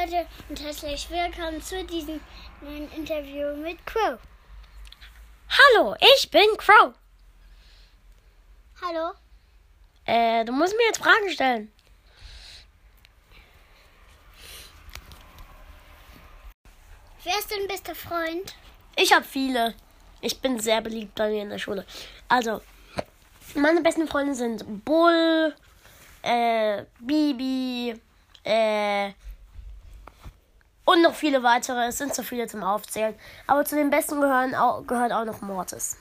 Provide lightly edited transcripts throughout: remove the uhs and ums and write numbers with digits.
Leute und herzlich willkommen zu diesem neuen Interview mit Crow. Hallo, ich bin Crow. Hallo? Du musst mir jetzt Fragen stellen. Wer ist dein bester Freund? Ich habe viele. Ich bin sehr beliebt bei mir in der Schule. Also, meine besten Freunde sind Bull, Bibi, und noch viele weitere. Es sind so viele zum Aufzählen. Aber zu den besten gehört auch noch Mortis.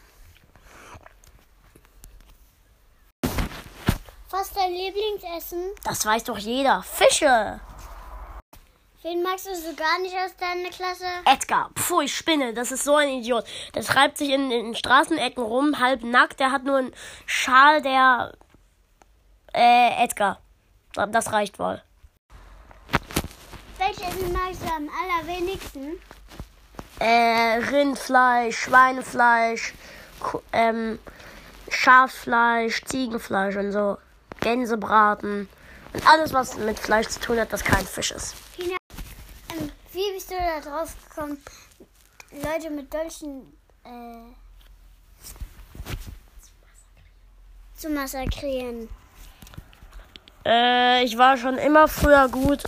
Was ist dein Lieblingsessen? Das weiß doch jeder. Fische. Wen magst du so gar nicht aus deiner Klasse? Edgar. Pfui, Spinne. Das ist so ein Idiot. Der treibt sich in den Straßenecken rum, halb nackt. Der hat nur einen Schal, der... Edgar. Das reicht wohl. Welches Essen magst du am allerwenigsten? Rindfleisch, Schweinefleisch, Schaffleisch, Ziegenfleisch und so. Gänsebraten. Und alles, was mit Fleisch zu tun hat, das kein Fisch ist. Wie bist du da drauf gekommen, Leute mit Dolchen zu massakrieren? Ich war schon immer früher gut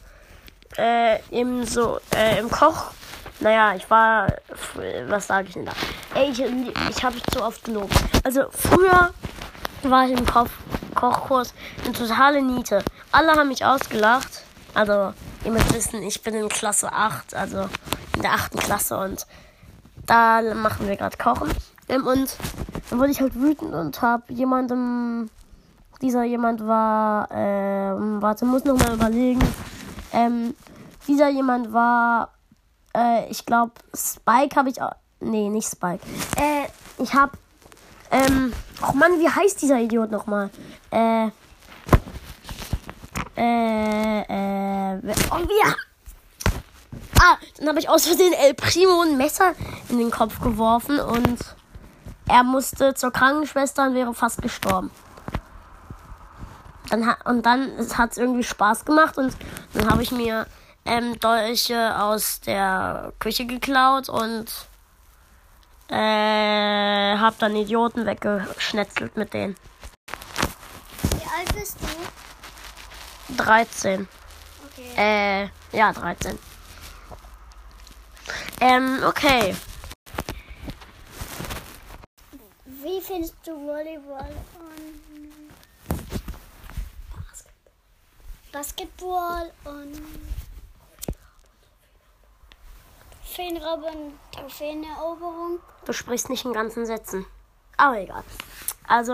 im Koch. Naja, was sage ich denn da? Ich habe zu oft gelogen. Also früher war ich im Kochkurs eine totale Niete. Alle haben mich ausgelacht. Also ihr müsst wissen, ich bin in Klasse 8, also in der 8. Klasse und da machen wir gerade Kochen. Und dann wurde ich halt wütend und habe dieser jemand war, muss noch mal überlegen. Dieser jemand war, ich glaube, Spike habe ich auch, nee, nicht Spike. Ich habe, oh Mann, wie heißt dieser Idiot nochmal? Dann habe ich aus Versehen El Primo ein Messer in den Kopf geworfen und er musste zur Krankenschwester und wäre fast gestorben. Dann hat es irgendwie Spaß gemacht und dann habe ich mir Dolche aus der Küche geklaut und habe dann Idioten weggeschnetzelt mit denen. Wie alt bist du? 13. Okay. Ja, 13. Okay. Wie findest du Volleyball und Basketball und Trophäenraub und Trophäeneroberung? Du sprichst nicht in ganzen Sätzen. Aber egal. Also,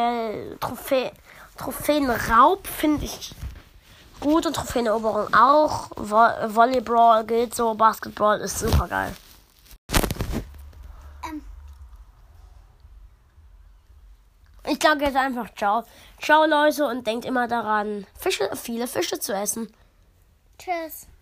Trophäenraub finde ich gut und Trophäeneroberung auch. Volleyball geht so, Basketball ist super geil. Ich sage jetzt einfach ciao. Ciao Leute und denkt immer daran, viele Fische zu essen. Tschüss.